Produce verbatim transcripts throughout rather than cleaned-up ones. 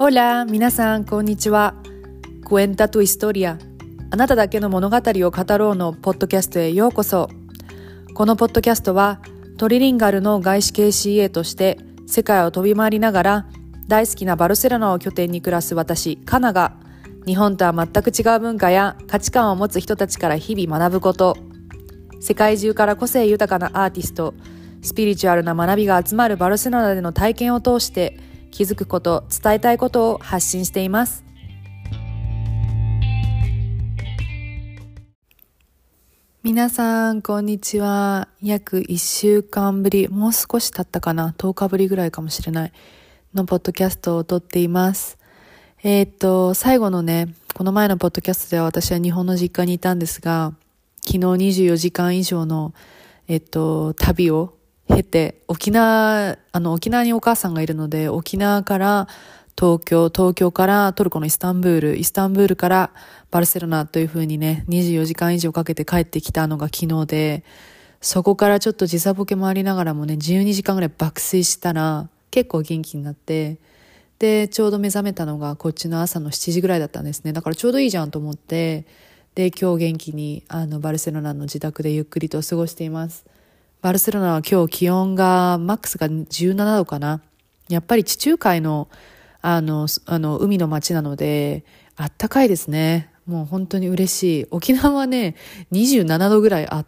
Hola、皆さん、こんにちは。Cuenta tu historia。あなただけの物語を語ろうのポッドキャストへようこそ。このポッドキャストは、トリリンガルの外資系 シーエー として世界を飛び回りながら、大好きなバルセロナを拠点に暮らす私、カナが、日本とは全く違う文化や価値観を持つ人たちから日々学ぶこと、世界中から個性豊かなアーティスト、スピリチュアルな学びが集まるバルセロナでの体験を通して、気づくこと、伝えたいことを発信しています。皆さん、こんにちは。約いっしゅうかんぶり、もう少し経ったかな、とおかぶりぐらいかもしれないのポッドキャストを撮っています。えー、っと、最後のね、この前のポッドキャストでは私は日本の実家にいたんですが、昨日にじゅうよじかん以上の、えっと、旅を経て、沖縄、あの、沖縄にお母さんがいるので、沖縄から東京、東京からトルコのイスタンブール、イスタンブールからバルセロナという風にね、にじゅうよじかん以上かけて帰ってきたのが昨日で、そこからちょっと時差ボケもありながらもね、じゅうにじかんぐらい爆睡したら、結構元気になって、で、ちょうど目覚めたのがこっちの朝のしちじぐらいだったんですね。だからちょうどいいじゃんと思って、で、今日元気に、あの、バルセロナの自宅でゆっくりと過ごしています。バルセロナは今日気温がマックスがじゅうななどかな。やっぱり地中海のあのあの海の街なのであったかいですね。もう本当に嬉しい。沖縄はねにじゅうななどぐらいあって、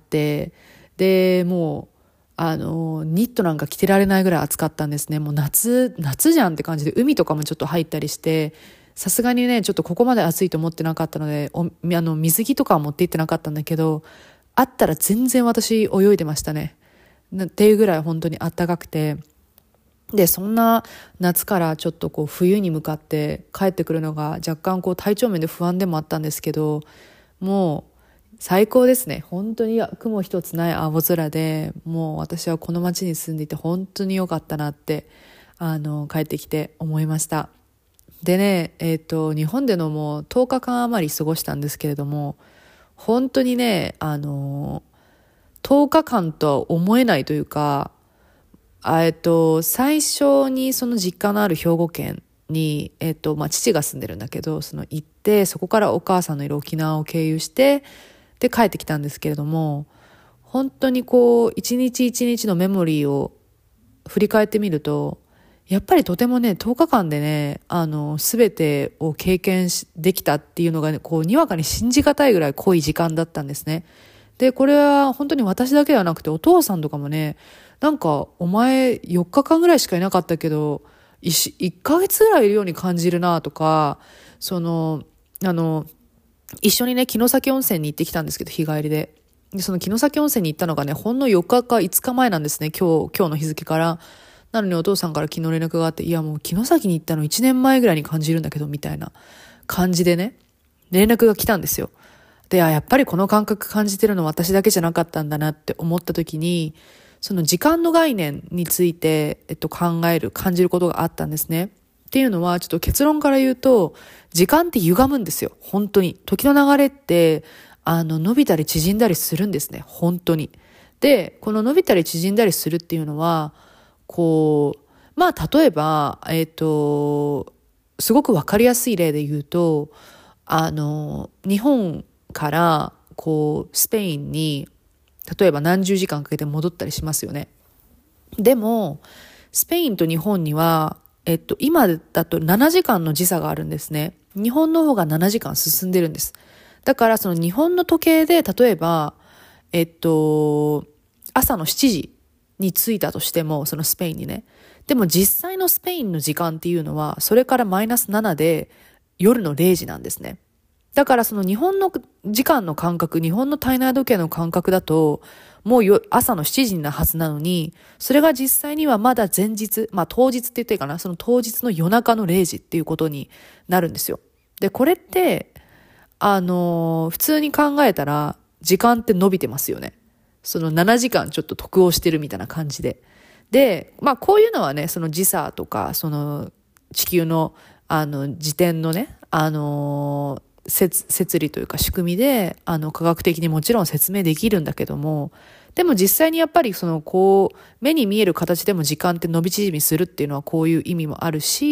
でもうあのニットなんか着てられないぐらい暑かったんですね。もう夏夏じゃんって感じで、海とかもちょっと入ったりして、さすがにねちょっとここまで暑いと思ってなかったので、おあの水着とかは持って行ってなかったんだけど、あったら全然私泳いでましたね。っていうぐらい本当に暖かくて、でそんな夏からちょっとこう冬に向かって帰ってくるのが若干こう体調面で不安でもあったんですけど、もう最高ですね。本当に雲一つない青空で、もう私はこの街に住んでいて本当に良かったなってあの帰ってきて思いました。でね、えっと日本でのもうとおかかん余り過ごしたんですけれども、本当にねあのとおかかんとは思えないというか、えっと、最初にその実家のある兵庫県に、えっと、まあ、父が住んでるんだけど、その行って、そこからお母さんのいる沖縄を経由して、で、帰ってきたんですけれども、本当にこう、一日一日のメモリーを振り返ってみると、やっぱりとてもね、とおかかんでね、あの、すべてを経験できたっていうのがね、こう、にわかに信じがたいぐらい濃い時間だったんですね。で、これは本当に私だけではなくて、お父さんとかもね、なんかお前よっかかんぐらいしかいなかったけど、いっかげつぐらいいるように感じるなとか、その、あの、一緒にね、城崎温泉に行ってきたんですけど、日帰りで。で、その城崎温泉に行ったのがね、ほんのよっかかいつかまえなんですね、今日、今日の日付から。なのにお父さんから昨日連絡があって、いやもう城崎に行ったのいちねんまえぐらいに感じるんだけど、みたいな感じでね、連絡が来たんですよ。で、やっぱりこの感覚感じてるのは私だけじゃなかったんだなって思った時に、その時間の概念について、えっと、考える、感じることがあったんですね。っていうのは、ちょっと結論から言うと、時間って歪むんですよ。本当に。時の流れって、あの、伸びたり縮んだりするんですね。本当に。で、この伸びたり縮んだりするっていうのは、こう、まあ、例えば、えっと、すごくわかりやすい例で言うと、あの、日本からこうスペインに例えば何十時間かけて戻ったりしますよね。でもスペインと日本には、えっと、今だとななじかんの時差があるんですね。日本の方がななじかん進んでるんです。だからその日本の時計で例えば、えっと、朝のしちじに着いたとしても、そのスペインにね。でも実際のスペインの時間っていうのはそれからマイナスななで夜のれいじなんですね。だからその日本の時間の感覚、日本の体内時計の感覚だと、もうよ朝のしちじなはずなのに、それが実際にはまだ前日、まあ当日って言っていいかな、その当日の夜中のれいじっていうことになるんですよ。で、これって、あのー、普通に考えたら、時間って伸びてますよね。そのななじかんちょっと得をしてるみたいな感じで。で、まあこういうのはね、その時差とか、その地球の、あの、時点のね、あのー、説、説理というか仕組みで、あの、科学的にもちろん説明できるんだけども、でも実際にやっぱりその、こう、目に見える形でも時間って伸び縮みするっていうのはこういう意味もあるし、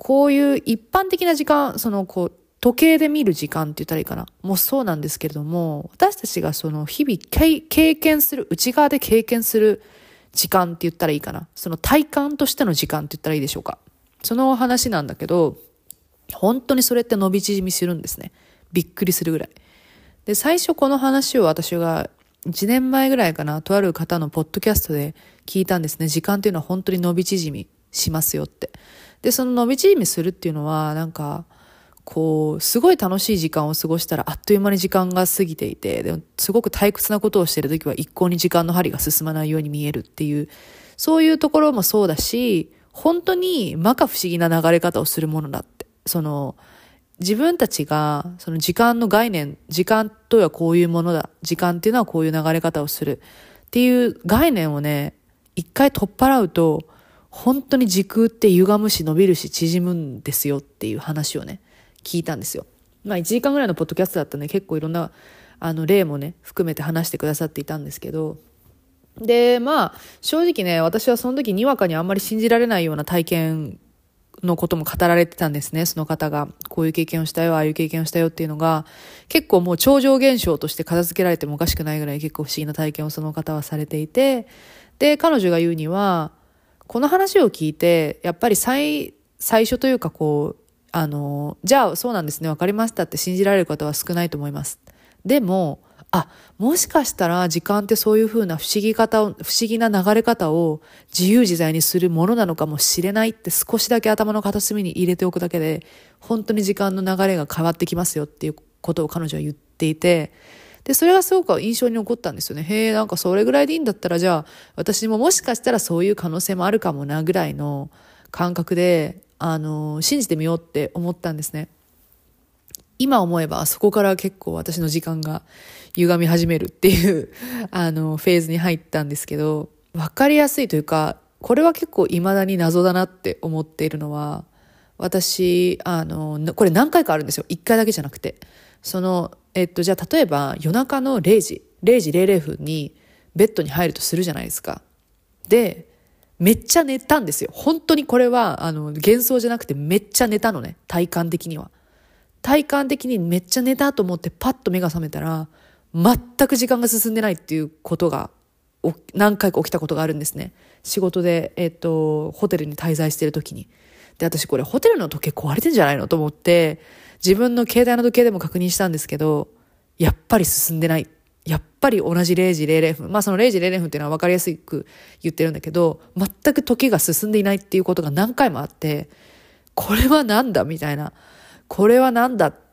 こういう一般的な時間、そのこう、時計で見る時間って言ったらいいかな。もうそうなんですけれども、私たちがその日々経験する、内側で経験する時間って言ったらいいかな。その体感としての時間って言ったらいいでしょうか。その話なんだけど、本当にそれって伸び縮みするんですね。びっくりするぐらい。で、最初この話を私がいちねんまえぐらいかな、とある方のポッドキャストで聞いたんですね。時間っていうのは本当に伸び縮みしますよって。で、その伸び縮みするっていうのは、なんか、こう、すごい楽しい時間を過ごしたらあっという間に時間が過ぎていて、でもすごく退屈なことをしているときは一向に時間の針が進まないように見えるっていう、そういうところもそうだし、本当に摩訶不思議な流れ方をするものだって。その、自分たちが、その時間の概念、時間とはこういうものだ。時間っていうのはこういう流れ方をする。っていう概念をね、一回取っ払うと、本当に時空って歪むし伸びるし縮むんですよっていう話をね、聞いたんですよ。まあいちじかんぐらいのポッドキャストだったんで結構いろんなあの例もね、含めて話してくださっていたんですけど、で、まあ正直ね、私はその時にわかにあんまり信じられないような体験のことも語られてたんですね。その方がこういう経験をしたよ、ああいう経験をしたよっていうのが結構もう超常現象として片付けられてもおかしくないぐらい結構不思議な体験をその方はされていて、で、彼女が言うには、この話を聞いて、やっぱり最、最初というかこう、あの、じゃあそうなんですね、わかりましたって信じられる方は少ないと思います。でも、あ、もしかしたら時間ってそういう風な不思議方を、不思議な流れ方を自由自在にするものなのかもしれないって少しだけ頭の片隅に入れておくだけで、本当に時間の流れが変わってきますよっていうことを彼女は言っていて、で、それがすごく印象に残ったんですよね。へえ、なんかそれぐらいでいいんだったら、じゃあ私ももしかしたらそういう可能性もあるかもなぐらいの感覚で、あの、信じてみようって思ったんですね。今思えばそこから結構私の時間が歪み始めるっていうあのフェーズに入ったんですけど、わかりやすいというか、これは結構未だに謎だなって思っているのは、私、あの、これ何回かあるんですよ。一回だけじゃなくて。その、えっと、じゃあ例えば夜中のれいじ、れいじれいじれいふんにベッドに入るとするじゃないですか。で、めっちゃ寝たんですよ。本当にこれは、あの、幻想じゃなくてめっちゃ寝たのね。体感的には。体感的にめっちゃ寝たと思ってパッと目が覚めたら、全く時間が進んでないっていうことが何回か起きたことがあるんですね。仕事で、えっと、ホテルに滞在してる時に。で、私これホテルの時計壊れてんじゃないのと思って、自分の携帯の時計でも確認したんですけど、やっぱり進んでない。やっぱり同じれいじれいじれいふん。まあそのれいじれいじれいふんっていうのは分かりやすく言ってるんだけど、全く時が進んでいないっていうことが何回もあって、これはなんだみたいな。これはなんだって、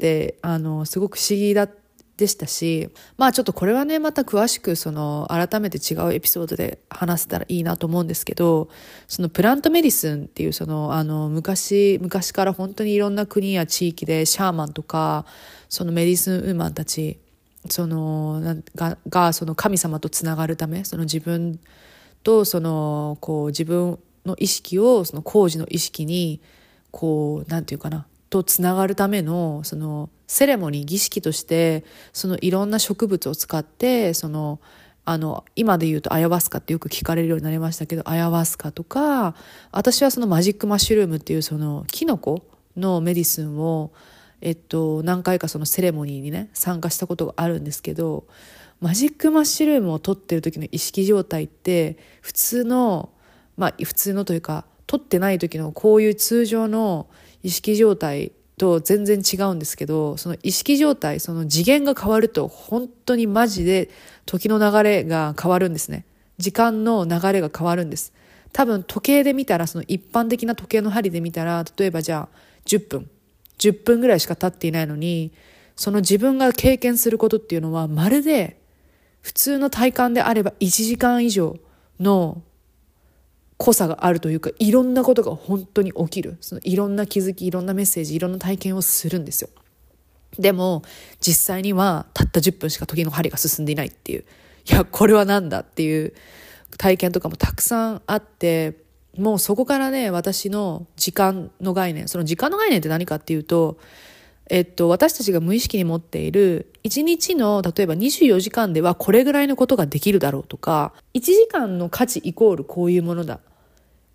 あの、すごく不思議だでしたし、まあちょっとこれはね、また詳しくその、改めて違うエピソードで話せたらいいなと思うんですけど、そのプラントメディスンっていうその、あの、昔、昔から本当にいろんな国や地域でシャーマンとか、そのメディスンウーマンたち、その、なんが、が、その神様とつながるため、その自分とその、こう自分の意識を、その工事の意識に、こう、なんていうかな、とつながるためのそのセレモニー儀式としてそのいろんな植物を使ってそのあの今で言うとアヤワスカってよく聞かれるようになりましたけど、アヤワスカとか、私はそのマジックマッシュルームっていうそのキノコのメディスンをえっと何回かそのセレモニーにね参加したことがあるんですけど、マジックマッシュルームを取ってる時の意識状態って普通のまあ普通のというか取ってない時のこういう通常の意識状態と全然違うんですけど、その意識状態、その次元が変わると本当にマジで時の流れが変わるんですね。時間の流れが変わるんです。多分時計で見たら、その一般的な時計の針で見たら、例えばじゃあじゅっぷん、じゅっぷんぐらいしか経っていないのに、その自分が経験することっていうのはまるで普通の体感であればいちじかん以上の濃さがあるというか、いろんなことが本当に起きる。そのいろんな気づき、いろんなメッセージ、いろんな体験をするんですよ。でも実際にはたったじゅっぷんしか時の針が進んでいないっていう、いやこれはなんだっていう体験とかもたくさんあって、もうそこからね、私の時間の概念、その時間の概念って何かっていうと、えっと、私たちが無意識に持っているいちにちの例えばにじゅうよじかんではこれぐらいのことができるだろうとか、いちじかんの価値イコールこういうものだ、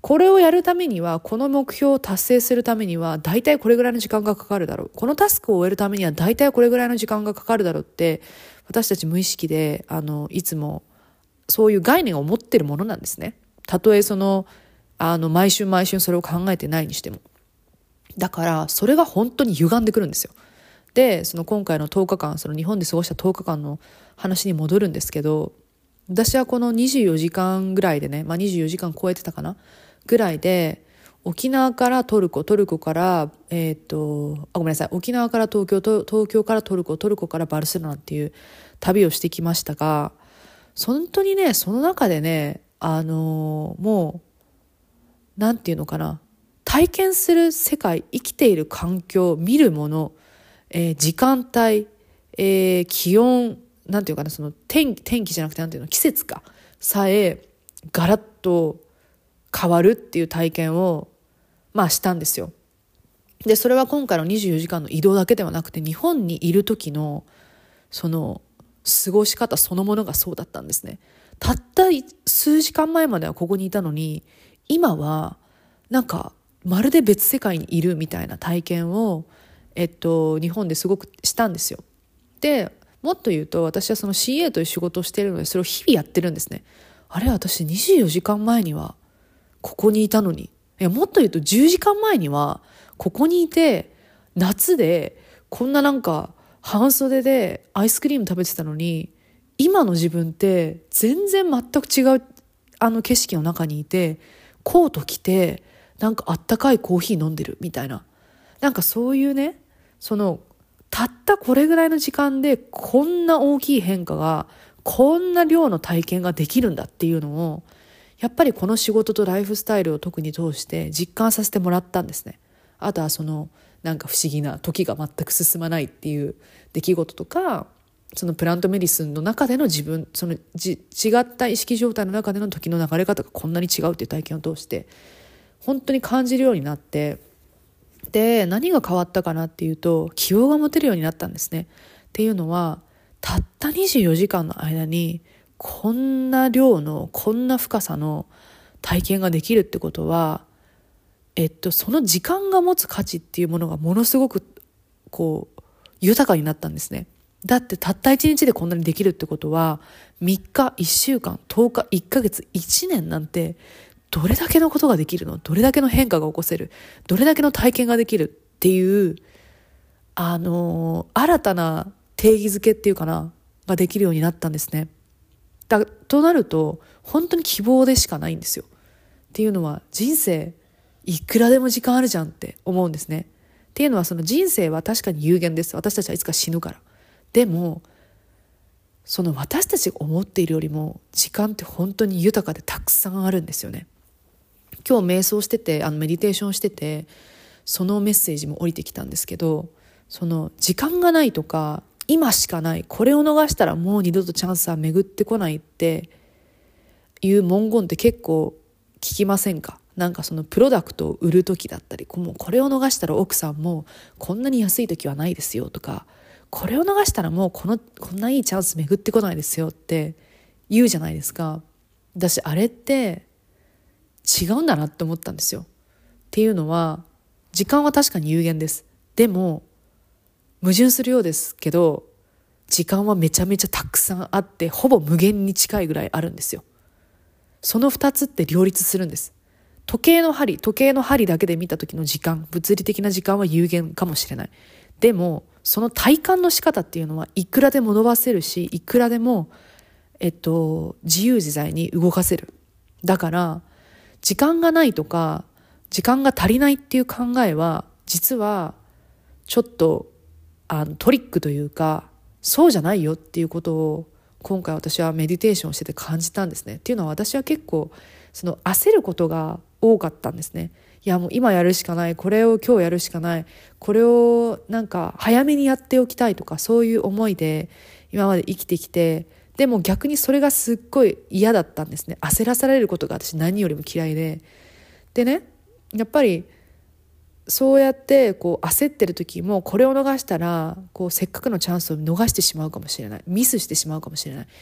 これをやるためには、この目標を達成するためには大体これぐらいの時間がかかるだろう、このタスクを終えるためには大体これぐらいの時間がかかるだろうって、私たち無意識であのいつもそういう概念を持ってるものなんですね。たとえそのあの毎週毎週それを考えてないにしても。だからそれが本当に歪んでくるんですよ。でその今回のとおかかん、その日本で過ごしたとおかかんの話に戻るんですけど、私はこのにじゅうよじかんぐらいでね、まあ、にじゅうよじかん超えてたかなぐらいで、沖縄からトルコ、トルコからえー、っとあごめんなさい沖縄から東京、東京からトルコ、トルコからバルセロナっていう旅をしてきましたが、本当にねその中でね、あのー、もうなんていうのかな、体験する世界、生きている環境、見るもの、えー、時間帯、えー、気温、なんていうかな、その天気、天気じゃなくてなんていうの、季節かさえガラッと変わるっていう体験をまあしたんですよ。でそれは今回のにじゅうよじかんの移動だけではなくて、日本にいる時のその過ごし方そのものがそうだったんですね。たった数時間前まではここにいたのに、今はなんかまるで別世界にいるみたいな体験を、えっと、日本ですごくしたんですよ。でもっと言うと、私はその シーエー という仕事をしているので、それを日々やってるんですね。あれ、私にじゅうよじかんまえにはここにいたのに、いやもっと言うとじゅうじかんまえにはここにいて、夏でこんななんか半袖でアイスクリーム食べてたのに、今の自分って全然全く違うあの景色の中にいて、コート着てなんかあったかいコーヒー飲んでるみたいな、なんかそういうね、そのたったこれぐらいの時間でこんな大きい変化が、こんな量の体験ができるんだっていうのを、やっぱりこの仕事とライフスタイルを特に通して実感させてもらったんですね。あとはそのなんか不思議な時が全く進まないっていう出来事とか、そのプラントメディスンの中での自分、そのじ違った意識状態の中での時の流れ方がこんなに違うっていう体験を通して本当に感じるようになって、で何が変わったかなっていうと、希望が持てるようになったんですね。っていうのは、たったにじゅうよじかんの間にこんな量のこんな深さの体験ができるってことは、えっとその時間が持つ価値っていうものがものすごくこう豊かになったんですね。だってたったいちにちでこんなにできるってことは、みっか、いっしゅうかん、とおか、いっかげつ、いちねんなんてどれだけのことができるの、どれだけの変化が起こせる、どれだけの体験ができるっていう、あのー、新たな定義づけっていうかなができるようになったんですね。だとなると本当に希望でしかないんですよ。っていうのは、人生いくらでも時間あるじゃんって思うんですね。っていうのは、その人生は確かに有限です。私たちはいつか死ぬから。でもその私たちが思っているよりも時間って本当に豊かでたくさんあるんですよね。今日瞑想してて、あのメディテーションしてて、そのメッセージも降りてきたんですけど、その時間がないとか、今しかない、これを逃したらもう二度とチャンスは巡ってこないっていう文言って結構聞きませんか？なんかそのプロダクトを売る時だったり、もうこれを逃したら奥さんもこんなに安い時はないですよとか、これを逃したらもうこのこんないいチャンス巡ってこないですよって言うじゃないですか。私あれって違うんだなって思ったんですよ。っていうのは、時間は確かに有限です。でも矛盾するようですけど、時間はめちゃめちゃたくさんあって、ほぼ無限に近いぐらいあるんですよ。その二つって両立するんです。時計の針、時計の針だけで見た時の時間、物理的な時間は有限かもしれない。でもその体感の仕方っていうのはいくらでも伸ばせるし、いくらでもえっと自由自在に動かせる。だから時間がないとか時間が足りないっていう考えは、実はちょっとあのトリックというか、そうじゃないよっていうことを今回私はメディテーションしてて感じたんですね。っていうのは、私は結構その焦ることが多かったんですね。いやもう今やるしかない、これを今日やるしかない、これをなんか早めにやっておきたいとか、そういう思いで今まで生きてきて、でも逆にそれがすっごい嫌だったんですね。焦らされることが私何よりも嫌いで。でね、やっぱりそうやってこう焦ってる時も、これを逃したらこうせっかくのチャンスを逃してしまうかもしれない、ミスしてしまうかもしれない、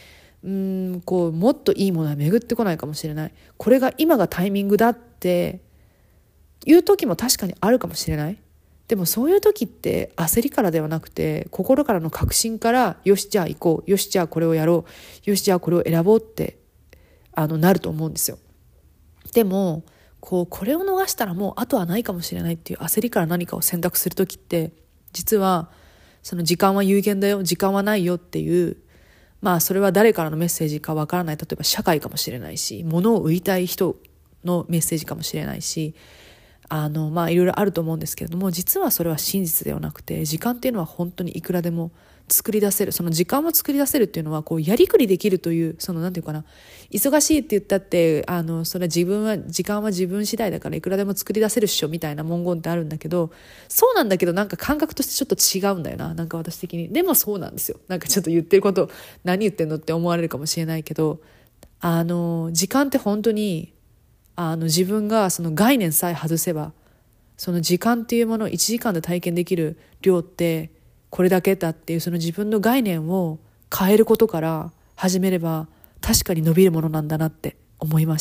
うーんこうもっといいものは巡ってこないかもしれない。これが今がタイミングだっていう時も確かにあるかもしれない。でもそういう時って焦りからではなくて、心からの確信から、よしじゃあ行こう、よしじゃあこれをやろう、よしじゃあこれを選ぼうってあのなると思うんですよ。でもこうこれを逃したらもうあとはないかもしれないっていう焦りから何かを選択する時って、実はその時間は有限だよ、時間はないよっていう、まあそれは誰からのメッセージかわからない、例えば社会かもしれないし、物を売りたい人のメッセージかもしれないし、あのまあいろいろあると思うんですけれども、実はそれは真実ではなくて、時間っていうのは本当にいくらでも作り出せる。その時間を作り出せるっていうのはこうやりくりできるという、そのなんていうかな、忙しいって言ったってあのそれは自分は時間は自分次第だからいくらでも作り出せるっしょみたいな文言ってあるんだけど、そうなんだけどなんか感覚としてちょっと違うんだよな、なんか私的に。でもそうなんですよ。なんかちょっと言ってること何言ってんのって思われるかもしれないけど、あの時間って本当にあの自分がその概念さえ外せば、その時間っていうものをいちじかんで体験できる量ってこれだけだっていう、その自分の概念を変えることから始めれば確かに伸びるものなんだなって思いました。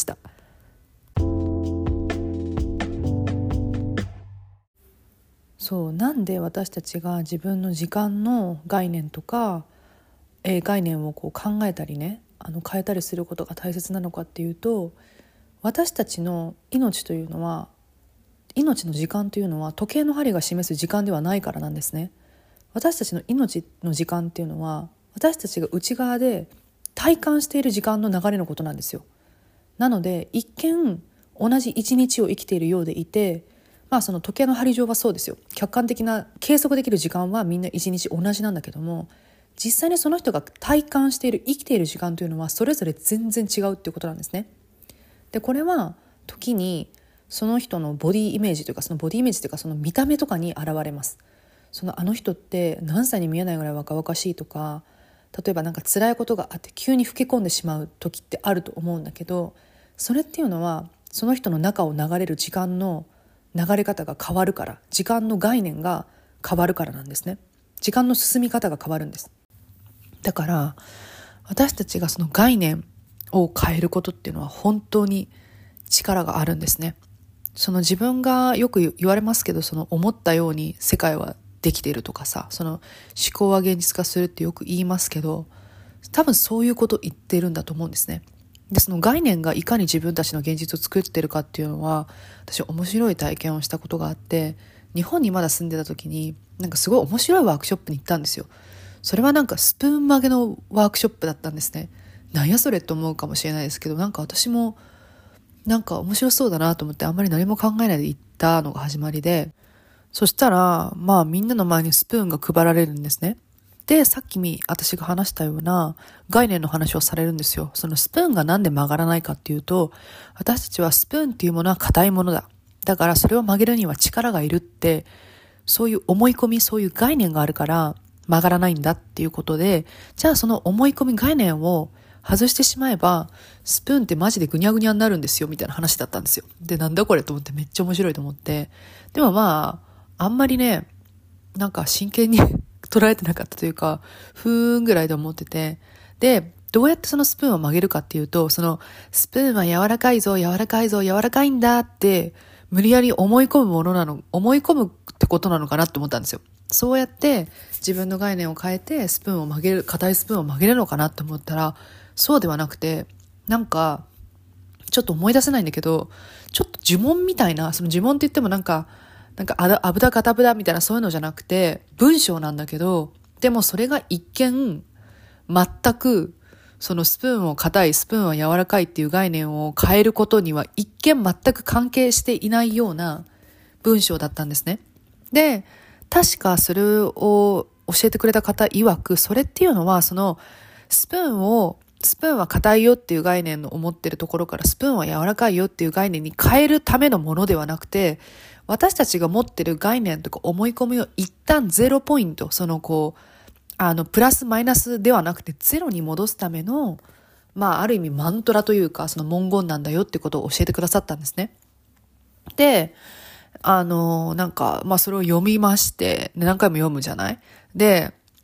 そうなんで私たちが自分の時間の概念とか、えー、概念をこう考えたりね、あの変えたりすることが大切なのかっていうと、私たちの命というのは、命の時間というのは時計の針が示す時間ではないからなんですね。私たちの命の時間っていうのは、私たちが内側で体感している時間の流れのことなんですよ。なので一見同じ一日を生きているようでいて、まあその時計の針上はそうですよ。客観的な計測できる時間はみんな一日同じなんだけども、実際にその人が体感している生きている時間というのはそれぞれ全然違うっていうことなんですね。でこれは時にその人のボディイメージというか、そのボディイメージというかその見た目とかに現れます。そのあの人って何歳に見えないぐらい若々しいとか、例えばなんか辛いことがあって急に老け込んでしまう時ってあると思うんだけど、それっていうのはその人の中を流れる時間の流れ方が変わるから、時間の概念が変わるからなんですね。時間の進み方が変わるんです。だから私たちがその概念を変えることっていうのは本当に力があるんですね。その自分がよく言われますけど、その思ったように世界はできているとかさ、その思考は現実化するってよく言いますけど、多分そういうことを言っているんだと思うんですね。でその概念がいかに自分たちの現実を作っているかっていうのは、私面白い体験をしたことがあって、日本にまだ住んでた時になんかすごい面白いワークショップに行ったんですよ。それはなんかスプーン曲げのワークショップだったんですね。なんやそれと思うかもしれないですけど、なんか私もなんか面白そうだなと思ってあんまり何も考えないで行ったのが始まりで、そしたらまあみんなの前にスプーンが配られるんですね。でさっき私が話したような概念の話をされるんですよ。そのスプーンがなんで曲がらないかっていうと、私たちはスプーンっていうものは硬いものだ、だからそれを曲げるには力がいるって、そういう思い込み、そういう概念があるから曲がらないんだっていうことで、じゃあその思い込み概念を外してしまえばスプーンってマジでぐにゃぐにゃになるんですよみたいな話だったんですよ。でなんだこれと思って、めっちゃ面白いと思って、でもまああんまりねなんか真剣に捉えてなかったというか、ふーんぐらいで思ってて、でどうやってそのスプーンを曲げるかっていうと、そのスプーンは柔らかいぞ柔らかいぞ柔らかいんだって無理やり思い込むものなの、思い込むってことなのかなって思ったんですよ。そうやって自分の概念を変えてスプーンを曲げる、硬いスプーンを曲げるのかなって思ったら、そうではなくて、なんかちょっと思い出せないんだけど、ちょっと呪文みたいな、その呪文って言ってもなんかなんかあだあぶだかたぶだみたいなそういうのじゃなくて文章なんだけど、でもそれが一見全くそのスプーンを硬い、スプーンは柔らかいっていう概念を変えることには一見全く関係していないような文章だったんですね。で確かそれを教えてくれた方曰く、それっていうのはそのスプーンをスプーンは硬いよっていう概念の思ってるところからスプーンは柔らかいよっていう概念に変えるためのものではなくて、私たちが持ってる概念とか思い込みを一旦ゼロポイント、そのこうあのプラスマイナスではなくてゼロに戻すための、まあある意味マントラというかその文言なんだよってことを教えてくださったんですね。であのなんかまあそれを読みまして、何回も読むじゃない。で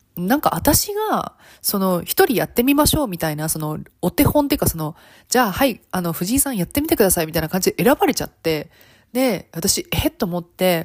なんか私が、その一人やってみましょうみたいな、そのお手本っていうかその、じゃあはい、あの藤井さんやってみてくださいみたいな感じで選ばれちゃって、で、私、えっと思って、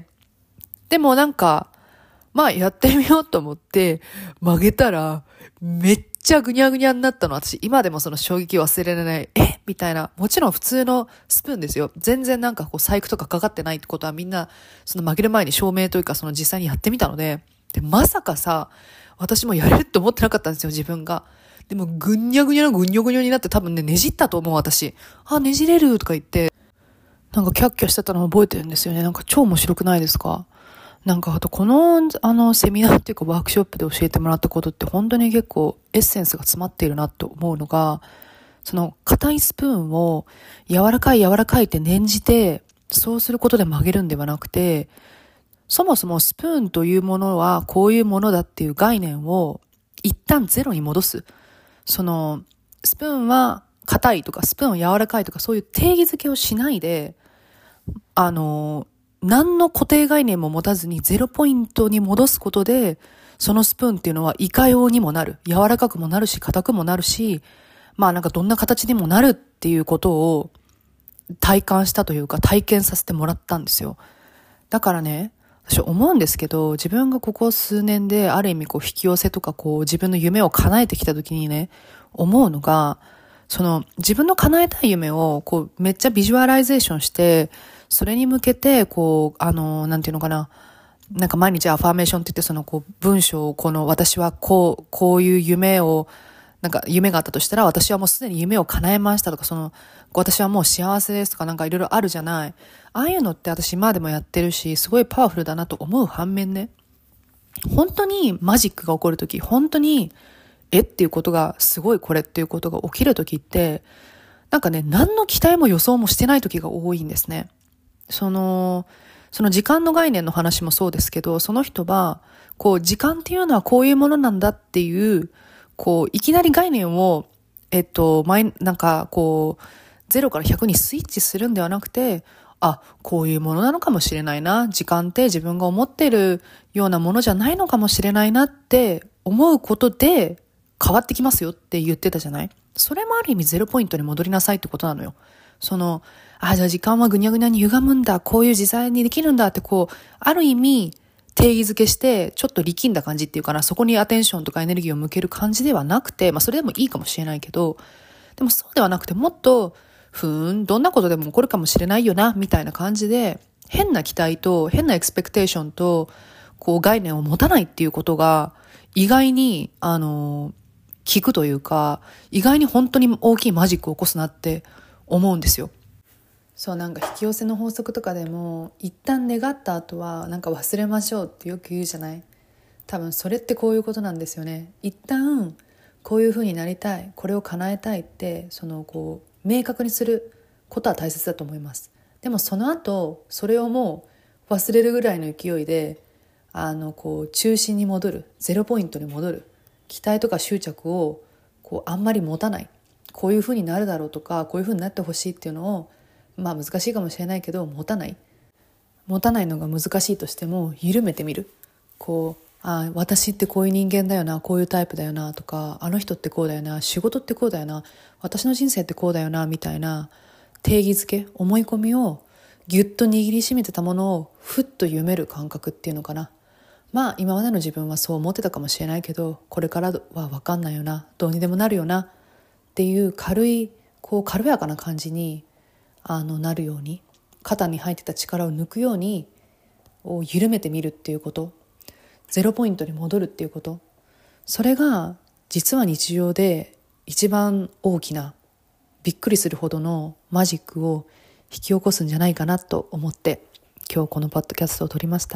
でもなんか、まあやってみようと思って曲げたら、めっちゃぐにゃぐにゃになったの。私、今でもその衝撃忘れられない。えみたいな。もちろん普通のスプーンですよ。全然なんかこう細工とかかかってないってことはみんな、その曲げる前に証明というかその実際にやってみたので、で、まさかさ、私もやれるって思ってなかったんですよ、自分が。でも、ぐにゃぐにゃのぐにょぐにょになって多分ね、ねじったと思う、私。あ、ねじれるとか言って、なんかキャッキャしてたの覚えてるんですよね。なんか超面白くないですか？なんかあとこの、あの、セミナーっていうかワークショップで教えてもらったことって本当に結構エッセンスが詰まっているなと思うのが、その硬いスプーンを柔らかい柔らかいって念じて、そうすることで曲げるんではなくて、そもそもスプーンというものはこういうものだっていう概念を一旦ゼロに戻す。その、スプーンは硬いとか、スプーンは柔らかいとか、そういう定義づけをしないで、あの、何の固定概念も持たずにゼロポイントに戻すことで、そのスプーンっていうのはいかようにもなる。柔らかくもなるし、硬くもなるし、まあなんかどんな形にもなるっていうことを体感したというか体験させてもらったんですよ。だからね、私思うんですけど、自分がここ数年である意味こう引き寄せとかこう自分の夢を叶えてきた時にね、思うのが、その自分の叶えたい夢をこうめっちゃビジュアライゼーションして、それに向けてこう、あの、なんていうのかな、なんか毎日アファーメーションって言ってそのこう文章をこの私はこう、こういう夢をなんか夢があったとしたら私はもうすでに夢を叶えましたとか、その私はもう幸せですとかなんかいろいろあるじゃない。ああいうのって私今でもやってるし、すごいパワフルだなと思う反面ね、本当にマジックが起こるとき、本当にえっていうことがすごいこれっていうことが起きるときって、なんかね、何の期待も予想もしてないときが多いんですね。その、その時間の概念の話もそうですけど、その人は、こう時間っていうのはこういうものなんだっていう、こう、いきなり概念を、えっと、前、なんか、こう、ゼロからひゃくにスイッチするんではなくて、あ、こういうものなのかもしれないな。時間って自分が思ってるようなものじゃないのかもしれないなって思うことで変わってきますよって言ってたじゃない？それもある意味ゼロポイントに戻りなさいってことなのよ。その、あ、じゃあ時間はぐにゃぐにゃに歪むんだ。こういう自在にできるんだってこう、ある意味、定義づけして、ちょっと力んだ感じっていうかな、そこにアテンションとかエネルギーを向ける感じではなくて、まあそれでもいいかもしれないけど、でもそうではなくて、もっと、ふーん、どんなことでも起こるかもしれないよな、みたいな感じで、変な期待と、変なエクスペクテーションと、こう概念を持たないっていうことが、意外に、あの、効くというか、意外に本当に大きいマジックを起こすなって思うんですよ。そう、なんか引き寄せの法則とかでも一旦願った後はなんか忘れましょうってよく言うじゃない？多分それってこういうことなんですよね。一旦こういう風になりたい、これを叶えたいってそのこう明確にすることは大切だと思います。でもその後それをもう忘れるぐらいの勢いであのこう中心に戻る、ゼロポイントに戻る、期待とか執着をこうあんまり持たない、こういう風になるだろうとかこういう風になってほしいっていうのをまあ難しいかもしれないけど持たない持たないのが難しいとしても緩めてみる。こう、あ、私ってこういう人間だよな、こういうタイプだよなとか、あの人ってこうだよな、仕事ってこうだよな、私の人生ってこうだよなみたいな定義づけ、思い込みをギュッと握りしめてたものをふっと読める感覚っていうのかな。まあ今までの自分はそう思ってたかもしれないけど、これからは分かんないよな、どうにでもなるよなっていう軽いこう軽やかな感じにあのなるように、肩に入ってた力を抜くようにを緩めてみるっていうこと、ゼロポイントに戻るっていうこと、それが実は日常で一番大きなびっくりするほどのマジックを引き起こすんじゃないかなと思って今日このポッドキャストを撮りました。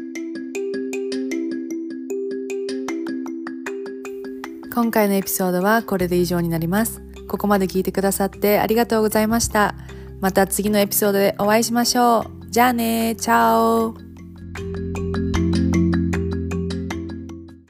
今回のエピソードはこれで以上になります。ここまで聞いてくださってありがとうございました。また次のエピソードでお会いしましょう。じゃあね、チャオ。